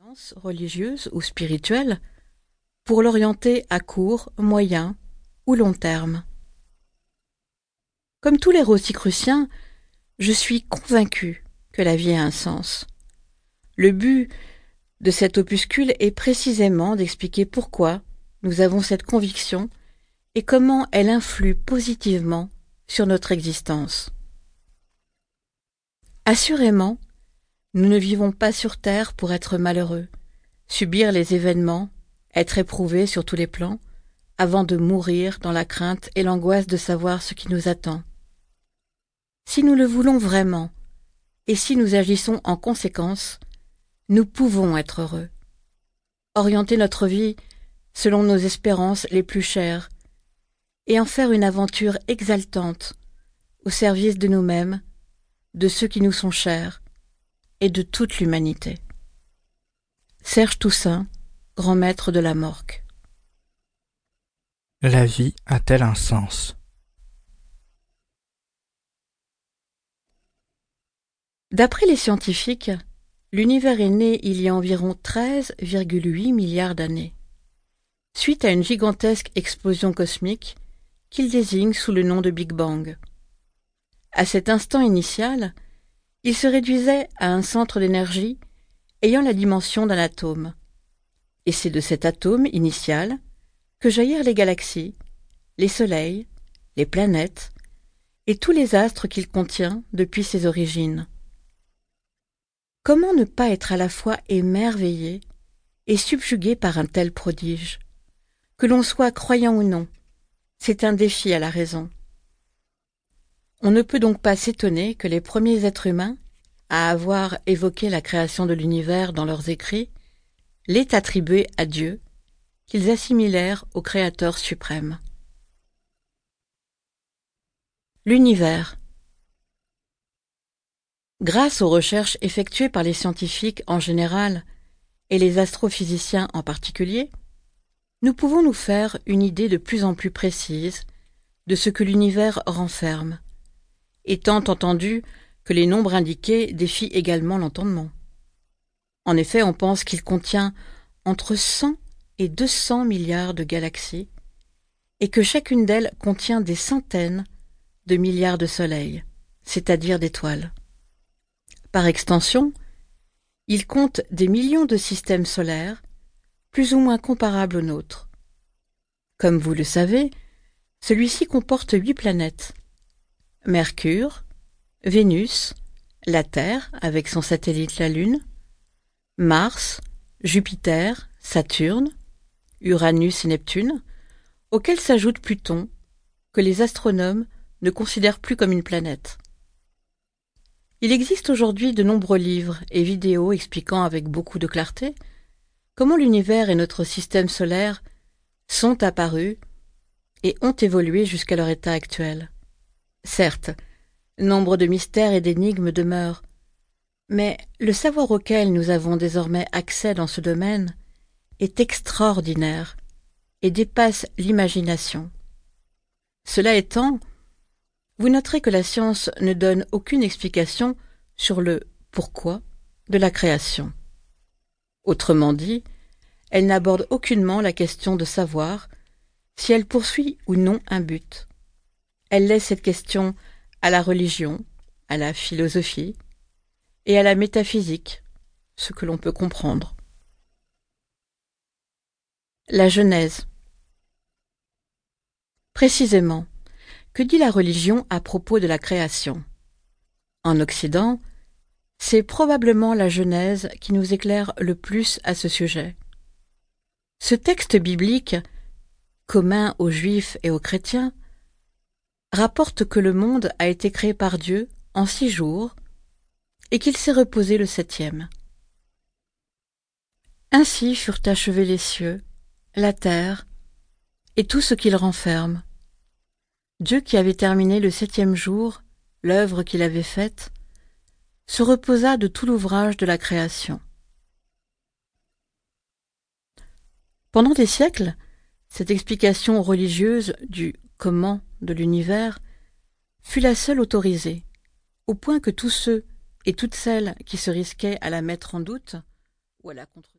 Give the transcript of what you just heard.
science religieuse ou spirituelle pour l'orienter à court, moyen ou long terme. Comme tous les rosicruciens, je suis convaincu que la vie a un sens. Le but de cet opuscule est précisément d'expliquer pourquoi nous avons cette conviction et comment elle influe positivement sur notre existence. Assurément, nous ne vivons pas sur Terre pour être malheureux, subir les événements, être éprouvés sur tous les plans, avant de mourir dans la crainte et l'angoisse de savoir ce qui nous attend. Si nous le voulons vraiment, et si nous agissons en conséquence, nous pouvons être heureux. Orienter notre vie selon nos espérances les plus chères, et en faire une aventure exaltante, au service de nous-mêmes, de ceux qui nous sont chers, et de toute l'humanité. Serge Toussaint, grand maître de la Morque. La vie a-t-elle un sens? D'après les scientifiques, l'univers est né il y a environ 13,8 milliards d'années, suite à une gigantesque explosion cosmique qu'ils désignent sous le nom de Big Bang. À cet instant initial, il se réduisait à un centre d'énergie ayant la dimension d'un atome. Et c'est de cet atome initial que jaillirent les galaxies, les soleils, les planètes et tous les astres qu'il contient depuis ses origines. Comment ne pas être à la fois émerveillé et subjugué par un tel prodige? Que l'on soit croyant ou non, c'est un défi à la raison. On ne peut donc pas s'étonner que les premiers êtres humains à avoir évoqué la création de l'univers dans leurs écrits l'aient attribué à Dieu, qu'ils assimilèrent au Créateur suprême. L'univers. Grâce aux recherches effectuées par les scientifiques en général et les astrophysiciens en particulier, nous pouvons nous faire une idée de plus en plus précise de ce que l'univers renferme, étant entendu que les nombres indiqués défient également l'entendement. En effet, on pense qu'il contient entre 100 et 200 milliards de galaxies, et que chacune d'elles contient des centaines de milliards de soleils, c'est-à-dire d'étoiles. Par extension, il compte des millions de systèmes solaires, plus ou moins comparables aux nôtres. Comme vous le savez, celui-ci comporte 8 planètes. Mercure, Vénus, la Terre avec son satellite la Lune, Mars, Jupiter, Saturne, Uranus et Neptune, auxquels s'ajoute Pluton, que les astronomes ne considèrent plus comme une planète. Il existe aujourd'hui de nombreux livres et vidéos expliquant avec beaucoup de clarté comment l'univers et notre système solaire sont apparus et ont évolué jusqu'à leur état actuel. Certes, nombre de mystères et d'énigmes demeurent, mais le savoir auquel nous avons désormais accès dans ce domaine est extraordinaire et dépasse l'imagination. Cela étant, vous noterez que la science ne donne aucune explication sur le pourquoi de la création. Autrement dit, elle n'aborde aucunement la question de savoir si elle poursuit ou non un but. Elle laisse cette question à la religion, à la philosophie et à la métaphysique, ce que l'on peut comprendre. La Genèse. Précisément, que dit la religion à propos de la création? En Occident, c'est probablement la Genèse qui nous éclaire le plus à ce sujet. Ce texte biblique, commun aux Juifs et aux chrétiens, rapporte que le monde a été créé par Dieu en 6 jours et qu'il s'est reposé le 7e. Ainsi furent achevés les cieux, la terre et tout ce qu'ils renferment. Dieu qui avait terminé le 7e jour l'œuvre qu'il avait faite, se reposa de tout l'ouvrage de la création. Pendant des siècles, cette explication religieuse du comment de l'univers fut la seule autorisée, au point que tous ceux et toutes celles qui se risquaient à la mettre en doute ou à la contredire